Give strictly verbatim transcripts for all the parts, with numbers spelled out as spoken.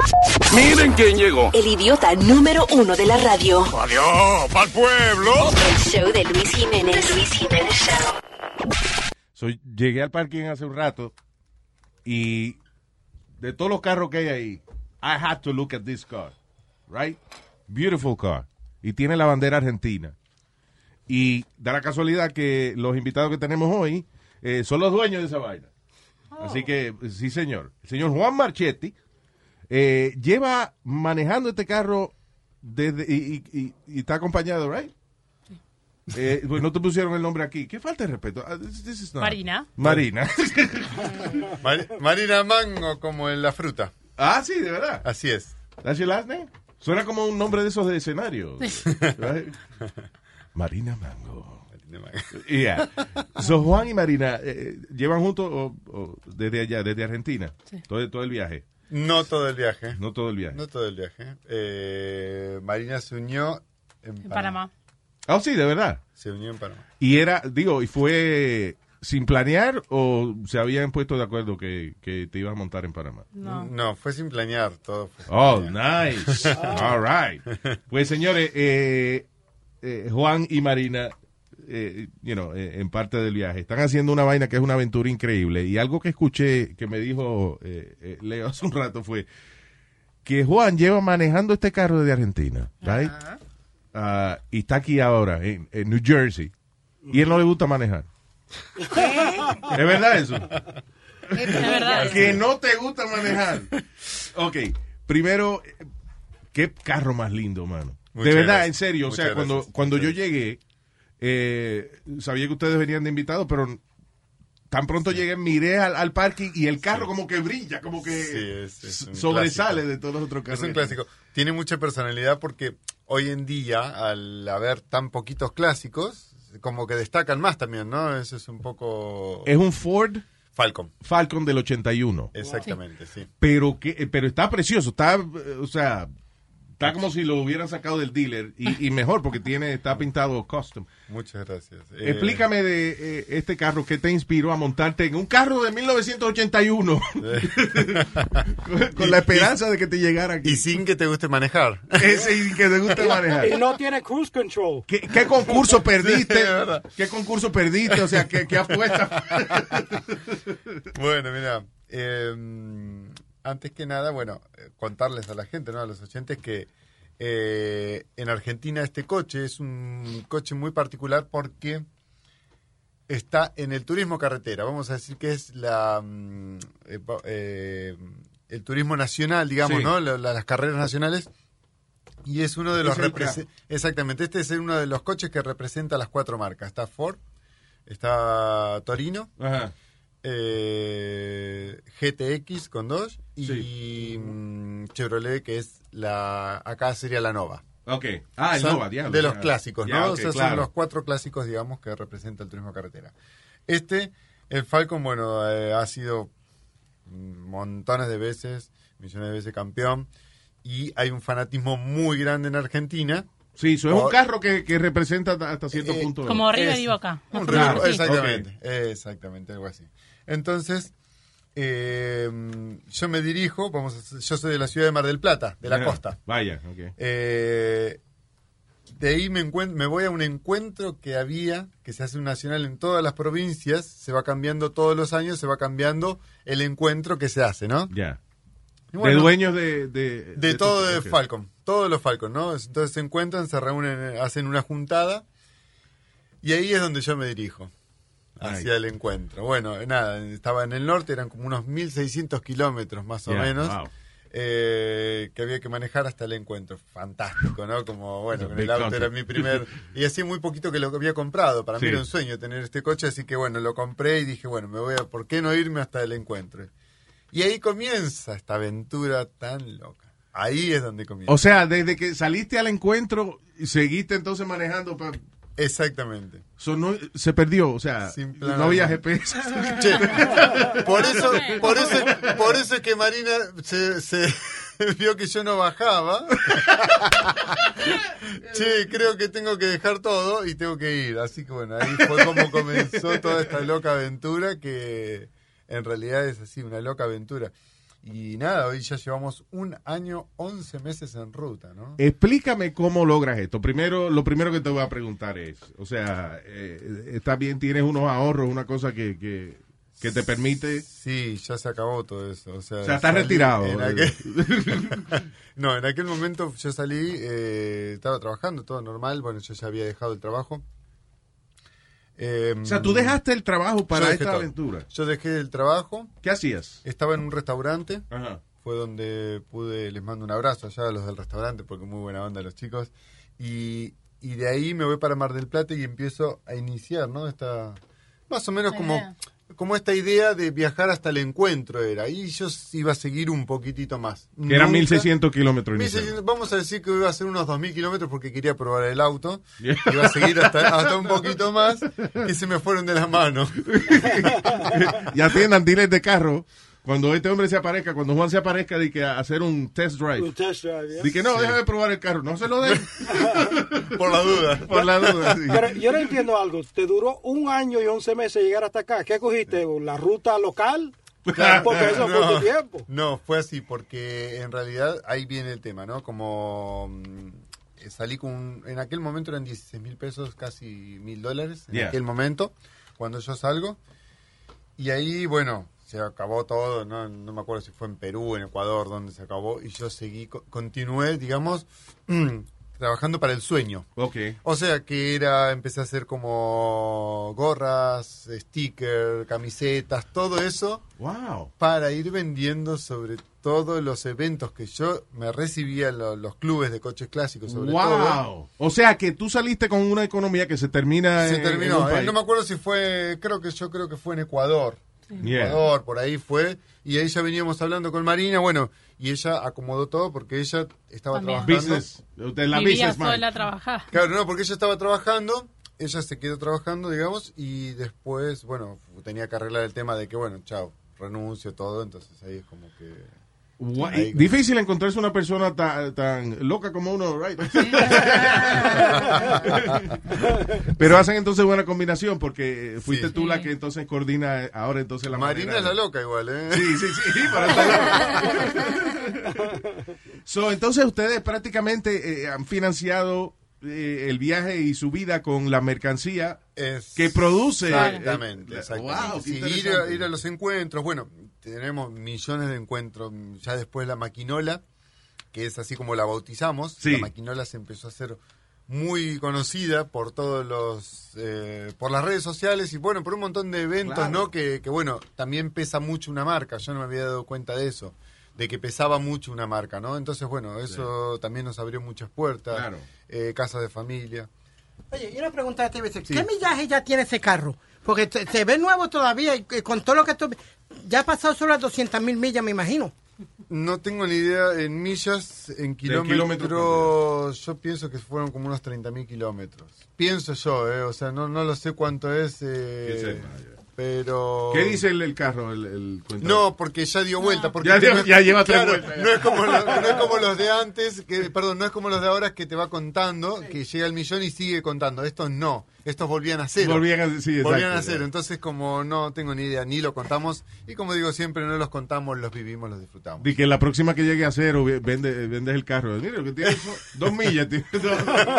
Miren quién llegó. El idiota número uno de la radio. Adiós, pa'l pueblo. El show de Luis Jiménez. The Luis Jiménez Show. So, llegué al parking hace un rato y de todos los carros que hay ahí, I had to look at this car, right? Beautiful car. Y tiene la bandera argentina. Y da la casualidad que los invitados que tenemos hoy eh, son los dueños de esa vaina. Oh. Así que, sí señor. El señor Juan Marchetti eh, lleva manejando este carro desde, y, y, y, y está acompañado, right? Eh, pues no te pusieron el nombre aquí. ¿Qué falta de respeto? Uh, this, this is not... Marina. Marina. Mar Marina Mango, como en la fruta. Ah, sí, de verdad. Así es. ¿That's your last name? Suena como un nombre de esos de escenario. Right? Marina Mango. Marina Mango. Yeah. So, Juan y Marina eh, llevan juntos o, o desde allá, desde Argentina. Sí. Todo, todo el viaje. No todo el viaje. No todo el viaje. No todo el viaje. Eh, Marina se unió en, en Panamá. Panamá. Ah, oh, sí, de verdad. Se unió en Panamá. Y era, digo, ¿y fue sin planear o se habían puesto de acuerdo que, que te ibas a montar en Panamá? No, no fue sin planear. Todo fue sin oh, planear. Nice. All right. Pues, señores, eh, eh, Juan y Marina, eh, you know, eh, en parte del viaje, están haciendo una vaina que es una aventura increíble. Y algo que escuché que me dijo eh, eh, Leo hace un rato fue que Juan lleva manejando este carro desde Argentina, right? Uh-huh. Uh, y está aquí ahora, en, en New Jersey, y él no le gusta manejar. ¿Qué? ¿Es verdad eso? Es verdad. Que no te gusta manejar. Ok, primero, qué carro más lindo, mano. Muchas de verdad, gracias. En serio. Muchas o sea, gracias. cuando, cuando yo llegué, eh, sabía que ustedes venían de invitados, pero tan pronto sí. llegué, miré al, al parking y el carro sí. como que brilla, como que sí, es, es sobresale clásico. De todos los otros carros. Es un clásico. Tiene mucha personalidad porque hoy en día, al haber tan poquitos clásicos, como que destacan más también, ¿no? Eso es un poco... Es un Ford... Falcon. Falcon del ochenta y uno. Exactamente, sí. Pero que, pero está precioso, está, o sea... Está como si lo hubieran sacado del dealer y, y mejor porque tiene está pintado custom. Muchas gracias. Eh, Explícame de eh, este carro que te inspiró a montarte en un carro de mil novecientos ochenta y uno con, con y, la esperanza y, de que te llegara aquí. Y sin que te guste manejar. Ese, y que te guste manejar. Y no tiene cruise control. ¿Qué, qué concurso perdiste? Sí, ¿Qué concurso perdiste? O sea, ¿qué, qué apuesta? Bueno, mira, eh, antes que nada, bueno, contarles a la gente, ¿no? A los oyentes que eh, en Argentina este coche es un coche muy particular porque está en el turismo carretera. Vamos a decir que es la eh, eh, el turismo nacional, digamos, sí. ¿no? La, la, las carreras nacionales. Y es uno de los... Repre- exactamente, este es uno de los coches que representa las cuatro marcas. Está Ford, está Torino, Ajá. Eh, G T X con dos y sí. mm, Chevrolet, que es la acá sería la Nova. Ok. Ah, el son Nova, diablo. De los clásicos, ya, ¿no? okay, o sea, claro. Son los cuatro clásicos, digamos, que representa el turismo carretera. Este, el Falcon, bueno, eh, ha sido montones de veces, millones de veces campeón, y hay un fanatismo muy grande en Argentina. Sí, eso es un carro que, que representa hasta cierto eh, punto. Como River y Boca. Un claro, River, exactamente, okay. exactamente, algo así. Entonces, eh, yo me dirijo, vamos a, yo soy de la ciudad de Mar del Plata, de la Ajá. costa. Vaya, ok. Eh, de ahí me, encuent- me voy a un encuentro que había, que se hace un nacional en todas las provincias, se va cambiando todos los años, se va cambiando el encuentro que se hace, ¿no? Ya. Yeah. Bueno, de dueños de... De, de, de todo tu, de okay. Falcon, todos los Falcon, ¿no? Entonces se encuentran, se reúnen, hacen una juntada y ahí es donde yo me dirijo hacia Ay. el encuentro. Bueno, nada, estaba en el norte, eran como unos mil seiscientos kilómetros más o yeah, menos, wow. eh, que había que manejar hasta el encuentro. Fantástico, ¿no? Como, bueno, con el auto country. Era mi primer... Y hacía muy poquito que lo había comprado, para sí. mí era un sueño tener este coche, así que bueno, lo compré y dije, bueno, me voy a, ¿por qué no irme hasta el encuentro? Y ahí comienza esta aventura tan loca. Ahí es donde comienza. O sea, desde que saliste al encuentro, seguiste entonces manejando para... Exactamente. So, no, se perdió, o sea, no había G P S. Che, por eso, por eso, por eso es que Marina se, se vio que yo no bajaba. Che, creo que tengo que dejar todo y tengo que ir. Así que bueno, ahí fue como comenzó toda esta loca aventura que en realidad es así, una loca aventura. Y nada, hoy ya llevamos un año, once meses en ruta, ¿no? Explícame cómo logras esto. Primero, lo primero que te voy a preguntar es, o sea, eh, está bien, tienes unos ahorros, una cosa que, que, que te permite... Sí, ya se acabó todo eso. O sea, o sea estás salí retirado. En aquel... no, en aquel momento yo salí, eh, estaba trabajando, todo normal. Bueno, yo ya había dejado el trabajo. Eh, o sea, tú dejaste el trabajo para esta todo. aventura. Yo dejé el trabajo. ¿Qué hacías? Estaba en un restaurante. Ajá. Fue donde pude, les mando un abrazo allá a los del restaurante, porque muy buena onda los chicos. Y, y de ahí me voy para Mar del Plata y empiezo a iniciar, ¿no? Esta, más o menos como, como esta idea de viajar hasta el encuentro era. Y yo iba a seguir un poquitito más. Que eran Nunca- mil seiscientos kilómetros. mil iniciales. seiscientos, vamos a decir que iba a hacer unos dos mil kilómetros porque quería probar el auto. Iba a seguir hasta, hasta un poquito más y se me fueron de las manos. Y atiendan dealers de carro. Cuando este hombre se aparezca, cuando Juan se aparezca, de que a hacer un test drive. Un test drive, ¿ya? De que no, Sí. déjame probar el carro. No se lo den. Por la duda. Por la duda. Sí. Pero yo no entiendo algo. Te duró un año y once meses llegar hasta acá. ¿Qué cogiste? ¿La ruta local? Porque eso fue tu tiempo. No, fue así, porque en realidad ahí viene el tema, ¿no? Como mm, salí con, un- en aquel momento eran dieciséis mil pesos, casi mil dólares, en Yeah. aquel momento, cuando yo salgo. Y ahí, bueno, se acabó todo, ¿no? No me acuerdo si fue en Perú, en Ecuador, donde se acabó, y yo seguí, co- continué, digamos, trabajando para el sueño. Ok. O sea que era, empecé a hacer como gorras, stickers, camisetas, todo eso Wow. para ir vendiendo sobre todos los eventos que yo me recibía en lo- los clubes de coches clásicos, sobre todo. Wow. O sea que tú saliste con una economía que se termina Se en, terminó, en un eh, país. no me acuerdo si fue, creo que yo creo que fue en Ecuador. Yeah. Ecuador, por ahí fue, y ahí ya veníamos hablando con Marina, bueno, y ella acomodó todo porque ella estaba También. trabajando. Business. De la Vivía business sola a mind. trabajar. Claro, no, porque ella estaba trabajando, ella se quedó trabajando, digamos, y después, bueno, tenía que arreglar el tema de que, bueno, chao, renuncio, todo, entonces ahí es como que... Gua- Ahí- y difícil encontrarse una persona tan, tan loca como uno, right? Pero hacen entonces buena combinación porque fuiste Sí. tú la Sí. que entonces coordina ahora entonces la Marina manera es la de- loca igual, ¿eh? Sí, sí, sí, pero está bien. So, entonces ustedes prácticamente eh, han financiado eh, el viaje y su vida con la mercancía Es- que produce. Exactamente, eh, exactamente. Wow, qué Sí, ir, a, interesante. ir a los encuentros, bueno, tenemos millones de encuentros, ya después la maquinola, que es así como la bautizamos, Sí. la maquinola se empezó a hacer muy conocida por todos los, eh, por las redes sociales y bueno, por un montón de eventos, Claro. ¿no? Que, que bueno, también pesa mucho una marca, yo no me había dado cuenta de eso, de que pesaba mucho una marca, ¿no? Entonces, bueno, eso también nos abrió muchas puertas, Claro. eh, casas de familia. Oye, y una pregunta de T V C. Sí. ¿Qué millaje ya tiene ese carro? Porque te- se ve nuevo todavía y, y con todo lo que tú... Ya ha pasado sobre las doscientas mil millas, me imagino. No tengo ni idea en millas, en kilómetros, kilómetros, yo pienso que fueron como unos treinta mil kilómetros. Pienso yo, eh, o sea, no, no lo sé cuánto es, eh, Que sepa, ya. pero... ¿Qué dice el, el carro? El, el contador? No, porque ya dio vuelta. Porque Ya dio- no es- ya lleva tres claro, vueltas, ya. No es, como los, no es como los de antes, que, perdón, no es como los de ahora que te va contando, que llega al millón y sigue contando. Estos no, estos volvían a cero. Volvían a, sí, exacto, Volvían a ya. cero, entonces como no tengo ni idea, ni lo contamos, y como digo siempre, no los contamos, los vivimos, los disfrutamos. De que la próxima que llegue a cero ve- vende, vendes el carro. Mira, lo que tiene son dos millas. Tiene dos-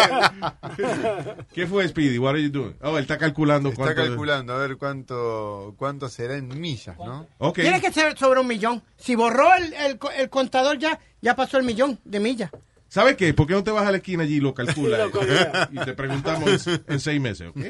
¿Qué fue, Speedy? What are you doing? Oh, él está calculando Está cuánto. calculando a ver cuánto cuánto será en millas, ¿no? Ok. Tiene que ser sobre un millón. Si borró el, el, co- el contador ya, ya pasó el millón de millas. ¿Sabes qué? ¿Por qué no te vas a la esquina allí y lo calculas? Lo calcula. Y te preguntamos en seis meses, ¿ok?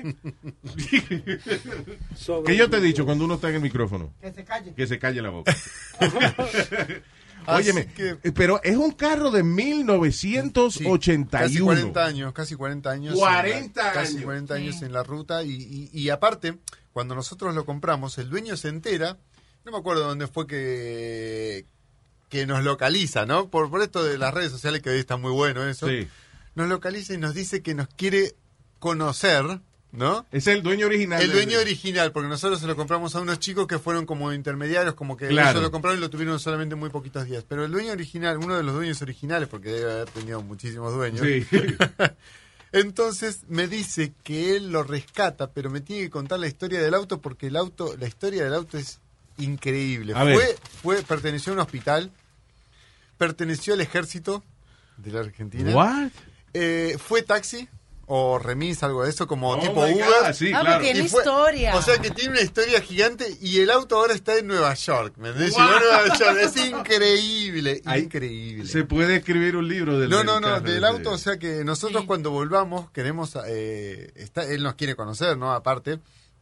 Sobre- ¿Qué yo te he dicho cuando uno está en el micrófono? Que se calle. Que se calle la boca. Así Óyeme, que- eh, pero es un carro de mil novecientos ochenta y Casi uno. cuarenta años, casi cuarenta años. cuarenta en la, Casi años. cuarenta años Sí. en la ruta. Y, y, y aparte, cuando nosotros lo compramos, el dueño se entera, no me acuerdo dónde fue que, que nos localiza, ¿no? Por, por esto de las redes sociales, que hoy está muy bueno eso. Sí. Nos localiza y nos dice que nos quiere conocer, ¿no? Es el dueño original. El de- dueño original, porque nosotros se lo compramos a unos chicos que fueron como intermediarios, como que Claro. ellos lo compraron y lo tuvieron solamente muy poquitos días. Pero el dueño original, uno de los dueños originales, porque debe haber tenido muchísimos dueños, Sí. entonces me dice que él lo rescata, pero me tiene que contar la historia del auto, porque el auto, la historia del auto es increíble. A ver. Fue, fue, perteneció a un hospital, perteneció al ejército de la Argentina. What? Eh, fue taxi o remis, algo de eso, como Oh tipo my Uber. God, sí, Ah, claro. porque tiene Y fue- historia. O sea que tiene una historia gigante y el auto ahora está en Nueva York. ¿Me entendés? Wow. Llegó a Nueva York. Es increíble, Ay, increíble. Se puede escribir un libro del No, del no, no, carro del ese. auto, o sea que nosotros Sí. cuando volvamos queremos, eh, está, él nos quiere conocer, ¿no? Aparte,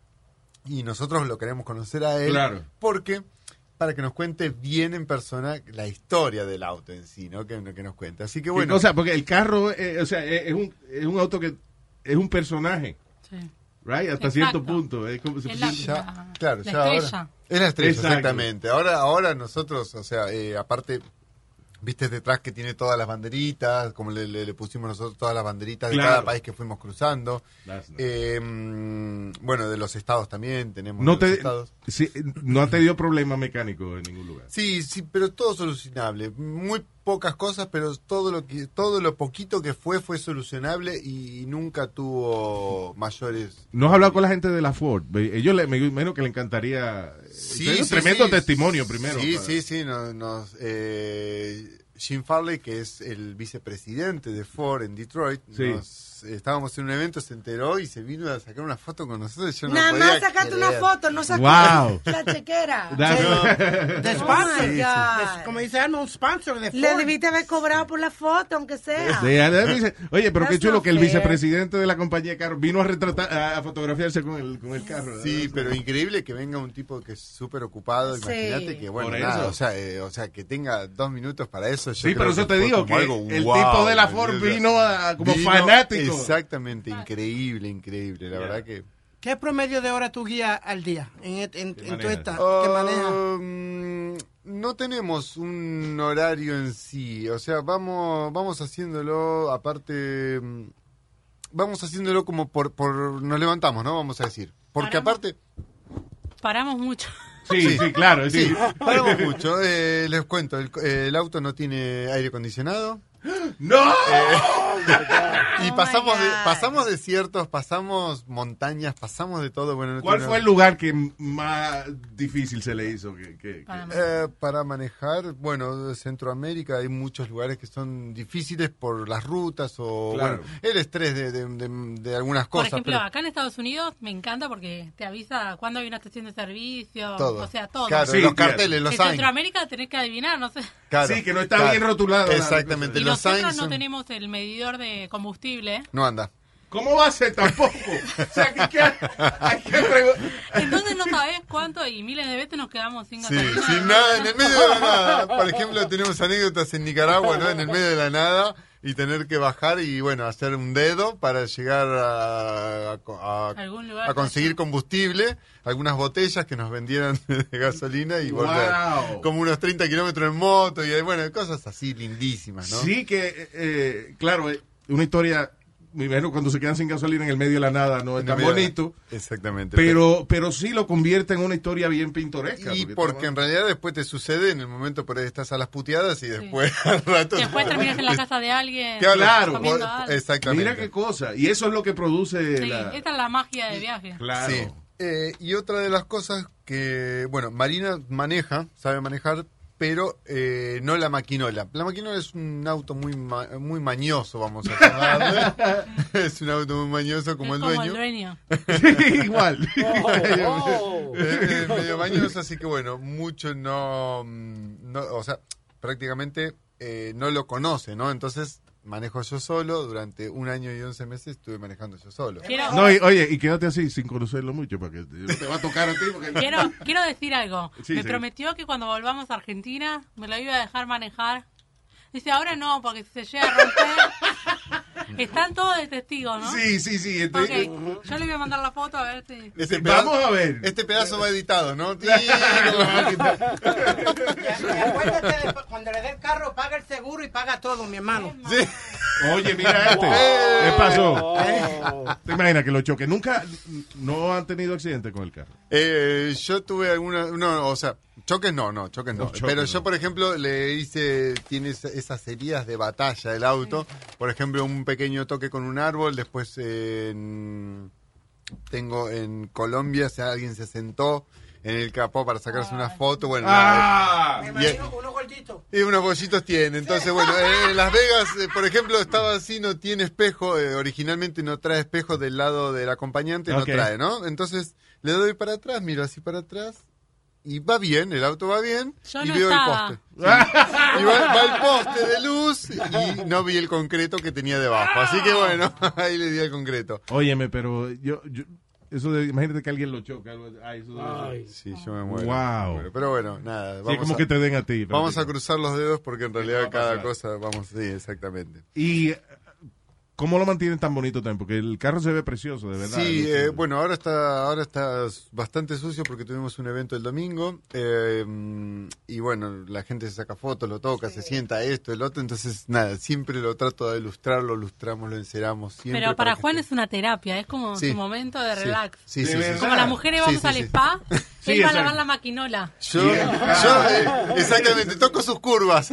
y nosotros lo queremos conocer a él. Claro. Porque, para que nos cuente bien en persona la historia del auto en sí, ¿no? Que, que nos cuente. Así que ¿Qué bueno. cosa? Porque el carro, eh, o sea, es, es un, es un auto que es un personaje, Sí. right? Hasta Exacto. cierto punto. Es como, se Es la- siente- Ya, claro, La ya ahora. estrella. Es la estrella, Exacto. exactamente. Ahora, ahora nosotros, o sea, eh, aparte, viste detrás que tiene todas las banderitas, como le, le- le pusimos nosotros todas las banderitas de Claro. cada país que fuimos cruzando. That's nice. Eh, mm, bueno, de los estados también, tenemos no de los te, estados. sí, no te dio problema mecánico en ningún lugar. Sí, sí, pero todo solucionable. Muy pocas cosas, pero todo lo que todo lo poquito que fue fue solucionable y nunca tuvo mayores. ¿No has hablado con la gente de la Ford? Ellos le, me imagino que le encantaría. Sí, es un sí, tremendo sí. testimonio primero. Sí, para- sí, sí. Nos, nos, eh, Jim Farley, que es el vicepresidente de Ford en Detroit, Sí. nos, estábamos en un evento, se enteró y se vino a sacar una foto con nosotros. Yo no Nada podía más sacaste una creer. foto, no sacó Wow. la chequera. That- De Oh sponsor. my De- God. como dice Alma, un sponsor de Le Ford. debiste haber cobrado por la foto, aunque sea. de- de- dice, Oye, pero qué That's chulo not que el fair. vicepresidente de la compañía de carro vino a retratar, a, a fotografiarse con el, con el carro. Sí, pero increíble que venga un tipo que es súper ocupado. Sí. Imagínate que, bueno, Por nada, eso. o sea, eh, o sea, que tenga dos minutos para eso. Yo Sí, creo pero eso que te fue digo, como que algo, el wow, tipo de la ¿me Ford entiendes? vino a- como Vino- fanático. Exactamente, increíble, increíble. La Yeah. verdad que. ¿Qué promedio de hora tú guías al día en, en, en tu manejas? esta? ¿Qué manejas? Um, no tenemos un horario en sí, o sea, vamos vamos haciéndolo, aparte, mm, vamos haciéndolo como por, por nos levantamos, ¿no? Vamos a decir. Porque Paramos. aparte, Paramos mucho. Sí, sí, claro. Sí. sí, paramos mucho. Eh, les cuento, el, el auto no tiene aire acondicionado. ¡No! Y Oh pasamos my de, God. pasamos desiertos, pasamos montañas, pasamos de todo. Bueno, no ¿Cuál tiene- fue el lugar que más difícil se le hizo? Que, que- Para que- mí. Eh, para manejar, bueno, de Centroamérica hay muchos lugares que son difíciles por las rutas o Claro. bueno, el estrés de, de, de- de algunas Por cosas. ejemplo, pero acá en Estados Unidos me encanta porque te avisa cuándo hay una estación de servicio, todo. o sea, todo. Claro, Sí, los claro. carteles, los En signs. Centroamérica tenés que adivinar, no sé. Claro, Sí, que no está claro. bien rotulado la- Exactamente, Y los nosotros signs no son- tenemos el medidor de combustible. no anda. ¿Cómo va a ser tampoco? O sea, que, que hay que preguntar. Entonces no sabés cuánto y miles de veces nos quedamos sin Sí, gasolina. sin nada, en el medio de la nada. Por ejemplo, tenemos anécdotas en Nicaragua, ¿no? En el medio de la nada y tener que bajar y, bueno, hacer un dedo para llegar a, a- Algún lugar a conseguir allá. combustible, algunas botellas que nos vendieran de gasolina y volver. Wow. Como unos treinta kilómetros en moto y, bueno, cosas así lindísimas, ¿no? Sí, que, eh, claro, eh, una historia, me imagino cuando se quedan sin gasolina en el medio de la nada, no es En tan el medio de- bonito, Exactamente. pero, pero sí lo convierte en una historia bien pintoresca. Y porque en realidad después te sucede en el momento por ahí estás a las puteadas y después al rato... Después terminas en la casa de alguien. Claro, comiendo por- algo. exactamente. Mira qué cosa, y eso es lo que produce Sí, la... esta es la magia del viaje. Claro. Sí. Eh, y otra de las cosas que, bueno, Marina maneja, sabe manejar, pero eh, no la maquinola. La maquinola es un auto muy ma- muy mañoso, vamos a llamarle. Es un auto muy mañoso como, es el, como dueño. el dueño. Sí, igual. Oh. Eh, eh, medio mañoso, así que bueno, mucho no, mm, no o sea, prácticamente eh, no lo conoce, ¿no? Entonces manejo yo solo, durante un año y once meses estuve manejando yo solo. Quiero, No, y- oye, y quédate así sin conocerlo mucho, porque te te va a tocar a ti. Porque... quiero, quiero decir algo. Sí, me sí. prometió que cuando volvamos a Argentina me lo iba a dejar manejar. Dice, ahora no, porque si se llega a romper... Están todos de testigos, ¿no? Sí, sí, sí. Ok, este- yo le voy a mandar la foto a ver si... Este Vamos a ver. Este pedazo va editado, ¿no? Y, y acuérdate, de- cuando le dé el carro, paga el seguro y paga todo, mi hermano. Sí. Oye, mira este. ¿Qué pasó? Oh. ¿Te imaginas que lo choque? Nunca, no han tenido accidente con el carro. Eh, yo tuve alguna, no, o sea, choques no, no, choques no. No, choques Pero no. yo, por ejemplo, le hice, tiene esa- esas heridas de batalla el auto. Por ejemplo, un pequeño toque con un árbol, después en- tengo en Colombia, o sea, alguien se sentó en el capó para sacarse una foto. Bueno, Ah. nada, Me y- imagino unos gorditos. y unos bollitos tiene. Entonces, bueno, eh, en Las Vegas, eh, por ejemplo, estaba así, no tiene espejo. eh, originalmente no trae espejo del lado del acompañante, Ok. no trae, ¿no? Entonces, le doy para atrás, miro así para atrás. Y va bien, el auto va bien. Yo y no veo estaba. el poste. Sí. Y va, va el poste de luz y no vi el concreto que tenía debajo. Así que bueno, ahí le di al concreto. Óyeme, pero yo, yo eso de, imagínate que alguien lo choca. Algo, ay, eso debe ser- Ay. Sí, yo me muero. Wow. me muero. Pero bueno, nada. Sí, es Vamos, como a, que te den a ti. vamos a prácticamente. cruzar los dedos porque en va realidad a cada pasar? cosa, vamos, sí, exactamente. Y eh, ¿cómo lo mantienen tan bonito también? Porque el carro se ve precioso, de verdad. Sí, Lo- eh, bueno, ahora está ahora está bastante sucio porque tuvimos un evento el domingo eh, y bueno, la gente se saca fotos, lo toca, se sienta esto, el otro, entonces nada, siempre lo trato de ilustrar, lo ilustramos, lo enceramos siempre. Pero para que Juan esté- es una terapia, es como Sí. su momento de Sí, relax. Sí, sí, De sí, sí. verdad. Como las mujeres Sí, vamos sí, al sí. spa, Sí, él va a exacto. lavar la maquinola. Yo, yo eh, exactamente, toco sus curvas.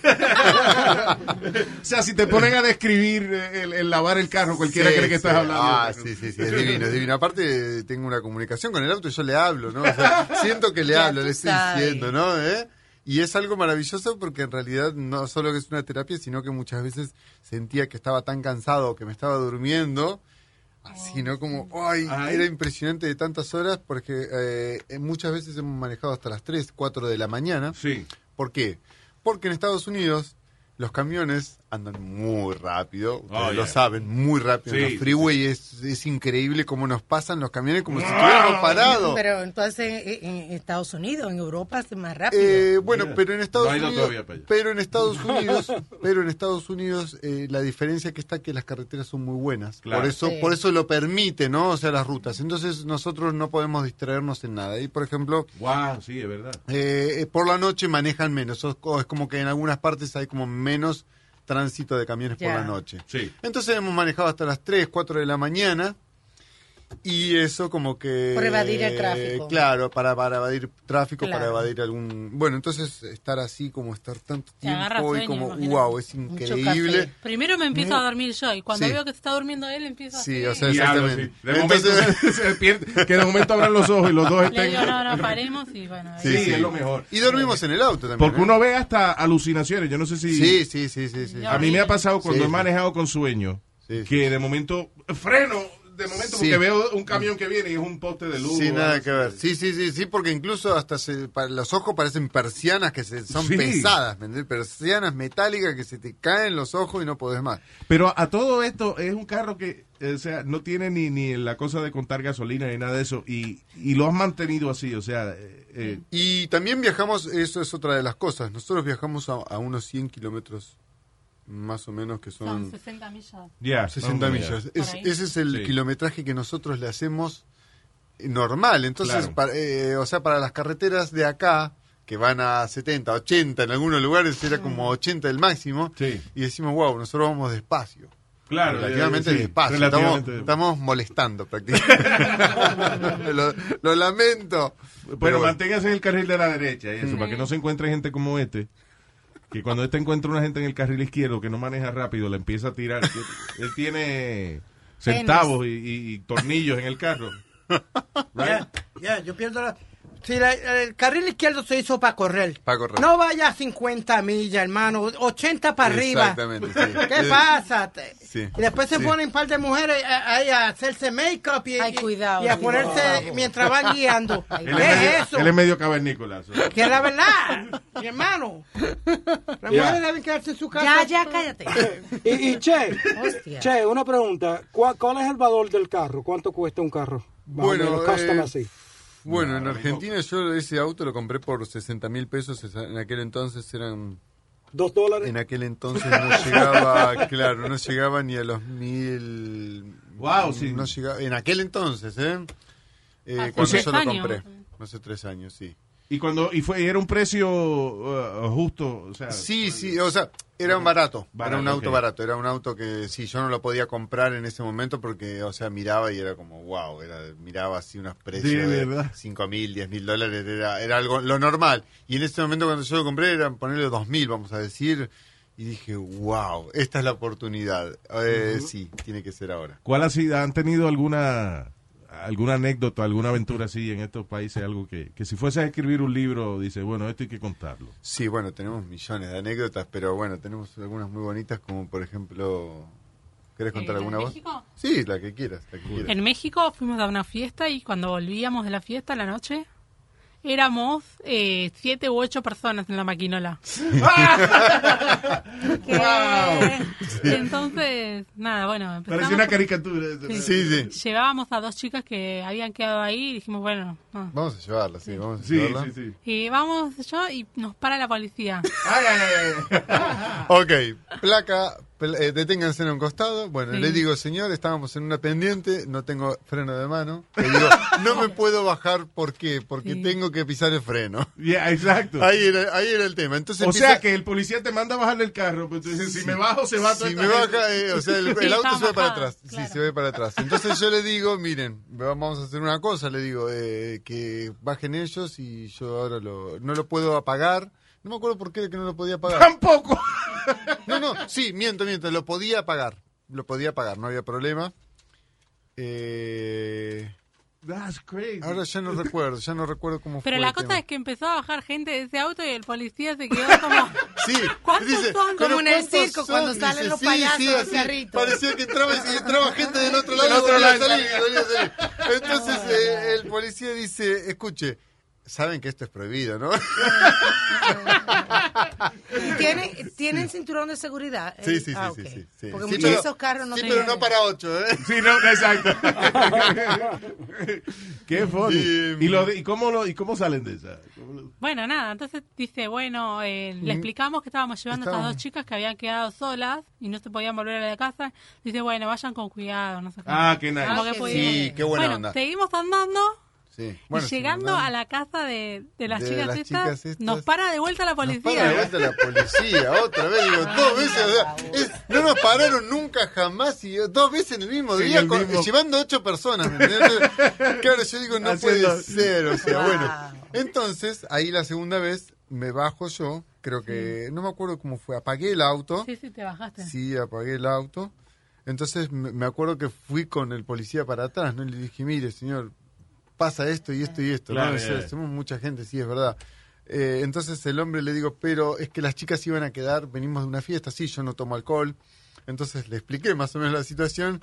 O sea, si te ponen a describir eh, el, el lavar el carro, cualquiera Sí, cree que sí. estás hablando. Ah, sí, sí, sí, es divino, es divino. Aparte, tengo una comunicación con el auto y yo le hablo, ¿no? O sea, siento que le Ya hablo, tú le estoy sabes. diciendo, ¿no? ¿Eh? Y es algo maravilloso porque en realidad no solo que es una terapia, sino que muchas veces sentía que estaba tan cansado, que me estaba durmiendo, así, ¿no? Como, ay, Ay. era impresionante de tantas horas porque eh, muchas veces hemos manejado hasta las tres, cuatro de la mañana. Sí. ¿Por qué? Porque en Estados Unidos los camiones andan muy rápido, ustedes Oh, lo yeah. saben, muy rápido. Sí, En los freeway es, es increíble cómo nos pasan los camiones como si estuviéramos parados. Pero entonces en, en Estados Unidos, en Europa es más rápido. Eh, bueno, Yeah. pero en Estados No ha ido Unidos, todavía para allá. pero en Estados Unidos, pero en Estados Unidos eh, la diferencia que está que las carreteras son muy buenas. Claro. Por eso, Sí. por eso lo permite, ¿no? O sea, las rutas. Entonces nosotros no podemos distraernos en nada. Y por ejemplo, Wow, sí, es verdad. eh, eh, por la noche manejan menos. O- o Es como que en algunas partes hay como menos tránsito de camiones Ya. por la noche. Sí. Entonces hemos manejado hasta las tres, cuatro de la mañana y eso como que... Por evadir el tráfico. Claro, para, para evadir tráfico, Claro. para evadir algún... Bueno, entonces estar así como estar tanto Te agarra tiempo y sueño, como, imagínate. wow, es Mucho increíble. café. Primero me empiezo Mu- a dormir yo y cuando Sí. veo que se está durmiendo él, empiezo Sí, así. o sea, Diablo, exactamente. sí. De momento Entonces- se, se pierde- que de momento abran los ojos y los dos Le estén... digo, no, no, paremos y bueno. ahí- Sí, es lo mejor. Y dormimos en el auto también. Porque ¿eh? uno ve hasta alucinaciones. Yo no sé si... Sí, sí, sí, sí, sí. Ya. A mí me ha pasado cuando Sí, he sí. manejado con sueño, Sí, sí. que de momento freno, de momento Sí. porque veo un camión que viene y es un poste de luz. Sí, o nada algo que así. ver. Sí, sí, sí, sí, porque incluso hasta se, para los ojos parecen persianas que se, son Sí. pesadas, ¿me entiendes? Persianas metálicas que se te caen los ojos y no podés más. Pero a todo esto es un carro que, eh, o sea, no tiene ni, ni la cosa de contar gasolina ni nada de eso y, y lo has mantenido así, o sea, eh, eh, Y también viajamos, eso es otra de las cosas, nosotros viajamos a, a unos cien kilómetros más o menos que Son son sesenta millas. ya. sesenta no, millas. ya. Es- Por ahí. ese es el Sí. kilometraje que nosotros le hacemos eh, normal. Entonces, Claro. para- eh, o sea, para las carreteras de acá, que van a setenta, ochenta, en algunos lugares era como ochenta el máximo, Sí. y decimos, wow, nosotros vamos despacio. Claro, Relativamente eh, sí, despacio. relativamente. Estamos, estamos molestando prácticamente. lo, lo lamento. Bueno, Pero bueno. manténgase en el carril de la derecha y eso, para que no se encuentre gente como este. Que cuando este encuentra una gente en el carril izquierdo que no maneja rápido, le empieza a tirar. Él tiene centavos y, y- y tornillos en el carro. Right? Ya, ya, yo pierdo la... Si la- el carril izquierdo se hizo para correr. Pa' correr. No vaya a cincuenta millas, hermano. ochenta para arriba. Exactamente, sí. ¿Qué Eh, pasa? Te- sí, Y después se sí. ponen un par de mujeres a- ahí a hacerse make-up y, Ay, y- cuidado, y a cuidado. ponerse mientras van guiando. Ay, Él, ¿Qué es medio, es eso? él es medio cavernícola. so. Que es la verdad, mi hermano. Las Ya. mujeres deben quedarse en su casa. Ya, ya, cállate. Y, y Che, Hostia. Che, una pregunta. ¿Cuál, cuál es el valor del carro? ¿Cuánto cuesta un carro? Más o Bueno, menos, custom eh, así. Bueno, No, en ahora Argentina yo ese auto lo compré por sesenta mil pesos. esa- En aquel entonces eran... ¿Dos dólares? En aquel entonces no llegaba, claro, no llegaba ni a los mil... Wow, sí. No llegaba, en aquel entonces, ¿eh? Eh, Hace cuando tres yo lo años. compré. Hace tres años, sí. Y cuando y fue y era un precio uh, justo, o sea, Sí, sí, o sea, era un barato, Barato, era un auto ok. barato, era un auto que sí, yo no lo podía comprar en ese momento porque, o sea, miraba y era como, wow, era, miraba así unos precios De de verdad. cinco mil, diez mil dólares, era, era algo, lo normal. Y en ese momento cuando yo lo compré era ponerle dos mil, vamos a decir, y dije, wow, esta es la oportunidad. Eh, Sí, tiene que ser ahora. ¿cuál ha sido? ¿Han tenido alguna alguna anécdota, alguna aventura así en estos países, algo que, que si fuese a escribir un libro, dice, bueno, esto hay que contarlo. Sí, bueno, tenemos millones de anécdotas, pero bueno, tenemos algunas muy bonitas, como por ejemplo, ¿querés contar ¿En alguna voz? México? Sí, la que quieras, la que quieras. En México fuimos a una fiesta y cuando volvíamos de la fiesta a la noche, éramos eh, siete u ocho personas en la maquinola. Que- Wow. Entonces, nada, bueno, empezamos. Parecía una caricatura. Sí. Sí, sí. Llevábamos a dos chicas que habían quedado ahí y dijimos, bueno, no. Vamos a llevarla, sí, vamos a Sí, llevarla. sí, sí. Y vamos yo y nos para la policía. Ay, ay, ay, ay. Ok, placa, pl- eh, deténganse en un costado. Bueno, Sí. le digo, señor, estábamos en una pendiente, no tengo freno de mano. Le digo, no me puedo bajar, ¿por qué? Porque Sí. tengo que pisar el freno. Yeah, exacto. Ahí era, ahí era el tema. Entonces O empieza- sea que el policía te manda a bajar del carro, pero tú dices, si me bajo se va todo. Si me baja, eh, o sea, el, el Sí, auto estaba se va para bajado, atrás. claro. Sí, se va para atrás. Entonces yo le digo, miren, vamos a hacer una cosa, le digo, eh, que bajen ellos y yo ahora lo, no lo puedo apagar. No me acuerdo por qué que no lo podía apagar. Tampoco. No, no, sí, miento, miento, lo podía apagar. Lo podía apagar, no había problema. Eh, That's crazy. ahora ya no recuerdo, ya no recuerdo cómo fue. Pero la el cosa tema. es que empezó a bajar gente de ese auto y el policía se quedó como... Sí, ¿Cuántos dice, son? "¿Pero Como en el cuántos circo, cuando salen los sí, payasos, sí, los así, carritos. parecía que entraba, y entraba gente del otro lado Del y otro volvía a lado. salir, y volvía a salir. Entonces eh, el policía dice, escuche, saben que esto es prohibido, ¿no? ¿Tienen, ¿Tienen cinturón de seguridad? Sí, sí, sí, Ah, sí, ok. sí, sí. Porque Sí, muchos pero- de esos carros no Sí, tienen. pero no para ocho, ¿eh? Sí, no, exacto. Qué funny. Y, ¿Y, lo de- y, cómo lo, ¿Y cómo salen de esa? ¿Cómo lo- Bueno, nada, entonces dice, bueno, eh, le explicamos que estábamos llevando a estas Estábamos- dos chicas que habían quedado solas y no se podían volver a la casa. Dice, bueno, vayan con cuidado, no sé qué. Ah, qué nice. Como que qué fue- Sí, qué buena bueno, onda. seguimos andando Sí. y llegando a la casa de, de las De chicas las estas, chicas estas. nos para de vuelta la Nos policía. para de vuelta la policía, otra vez, digo, dos veces, o sea, es- no nos pararon nunca jamás, y dos veces en el mismo En día, el con- mismo- llevando ocho personas, ¿me entiendes? Claro, yo digo, no Haciendo- puede ser, o sea, Wow. bueno. Entonces, ahí la segunda vez, me bajo yo, creo que, no me acuerdo cómo fue, apagué el auto, Sí, sí, te bajaste. sí, apagué el auto, entonces me me acuerdo que fui con el policía para atrás, ¿no? Y le dije, mire, señor, pasa esto y esto y esto, Claro, ¿no? ya, O sea, ya. somos mucha gente, sí, es verdad. Eh, entonces el hombre le digo, pero es que las chicas iban a quedar, venimos de una fiesta, sí, yo no tomo alcohol. Entonces le expliqué más o menos la situación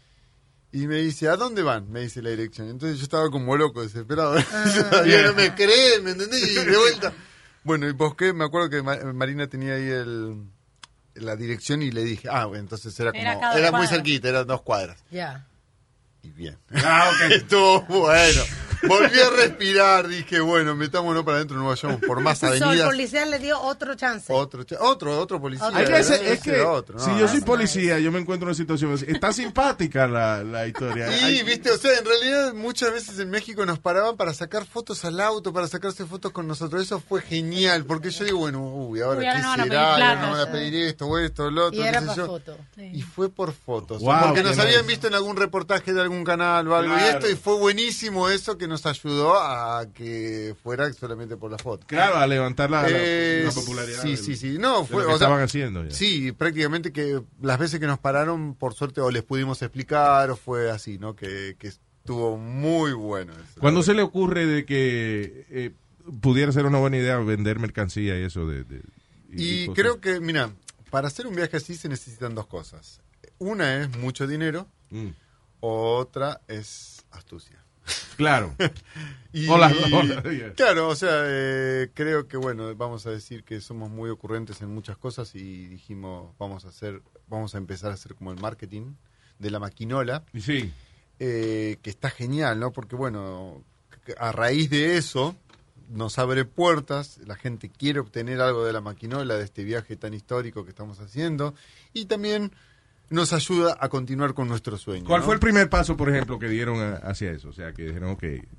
y me dice, ¿a dónde van? Me dice la dirección. Entonces yo estaba como loco, desesperado. Todavía no me cree, ¿me entendés? Y de vuelta. Bueno, y busqué, me acuerdo que Ma- Marina tenía ahí el, la dirección y le dije, ah, bueno, entonces era como, Era era, cada muy cuadra. cerquita, eran dos cuadras. Ya. Y bien. Ah, ok. Estuvo bueno. Volví a respirar, dije, bueno, metámonos para adentro, no vayamos por más So, el avenidas. policía le dio otro chance. Otro, cha- otro, otro policía. Hay que ¿verdad? hacer- es Ese que era otro, si no, yo no. soy policía, yo me encuentro en una situación así. Está simpática la, la historia. Sí, Hay- viste, o sea, en realidad muchas veces en México nos paraban para sacar fotos al auto, para sacarse fotos con nosotros. Eso fue genial, porque yo digo, bueno, uy, ahora Uy, ahora qué no van a será, pedir ahora plata, no van a sí. pedir esto o esto o lo otro, Y qué era sé para yo. foto. Y fue por fotos. Wow, porque qué nos habían nice. visto en algún reportaje de algún canal o algo y Claro. esto, y fue buenísimo eso que nos ayudó a que fuera solamente por la foto. Claro, a levantar la, la- Eh, la popularidad. Sí, del- sí, sí. No, de fue, lo que o sea, estaban haciendo ya. sí, prácticamente que las veces que nos pararon, por suerte, o les pudimos explicar, o fue así, ¿no? Que, que estuvo muy bueno eso. ¿Cuándo se le ocurre de que eh, pudiera ser una buena idea vender mercancía y eso de... de- Y cosas? creo que, mira, para hacer un viaje así se necesitan dos cosas. Una es mucho dinero, Mm, otra es astucia. claro. Y, O las dos, yeah. Claro, o sea, eh, creo que bueno, vamos a decir que somos muy ocurrentes en muchas cosas y dijimos, vamos a hacer, vamos a empezar a hacer como el marketing de la maquinola, Y sí. eh, que está genial, ¿no? Porque bueno, a raíz de eso nos abre puertas, la gente quiere obtener algo de la maquinola, de este viaje tan histórico que estamos haciendo, y también nos ayuda a continuar con nuestro sueño. ¿Cuál ¿no? fue el primer paso, por ejemplo, que dieron a- hacia eso? O sea, que dijeron, ok,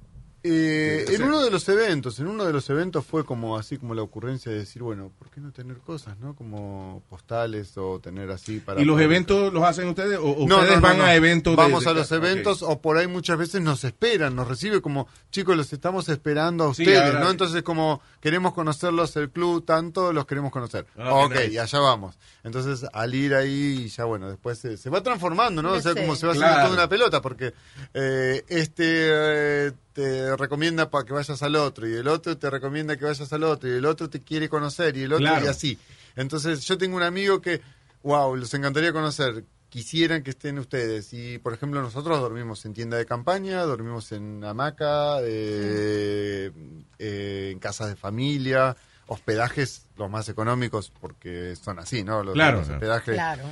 Eh, Sí, en sí. uno de los eventos, en uno de los eventos fue como así como la ocurrencia de decir, bueno, ¿por qué no tener cosas, no? Como postales o tener así para... ¿Y los para- eventos los hacen ustedes o o No, ustedes no, no, van no. a eventos? de- Vamos de- a los ok. eventos o por ahí muchas veces nos esperan, nos recibe como, chicos, los estamos esperando a Sí, ustedes, ahora- ¿no? Entonces como queremos conocerlos el club, tanto los queremos conocer. Ah, ok, nice. y allá vamos. Entonces al ir ahí, ya bueno, después se, se va transformando, ¿no? O sea, Sí. como se va haciendo Claro. toda una pelota, porque eh, este... eh, te recomienda para que vayas al otro, y el otro te recomienda que vayas al otro, y el otro te quiere conocer, y el otro, Claro. y así. Entonces, yo tengo un amigo que, wow, les encantaría conocer, quisieran que estén ustedes. Y, por ejemplo, nosotros dormimos en tienda de campaña, dormimos en hamaca, eh, eh, en casas de familia, hospedajes los más económicos, porque son así, ¿no? Los, Claro. los hospedajes Claro.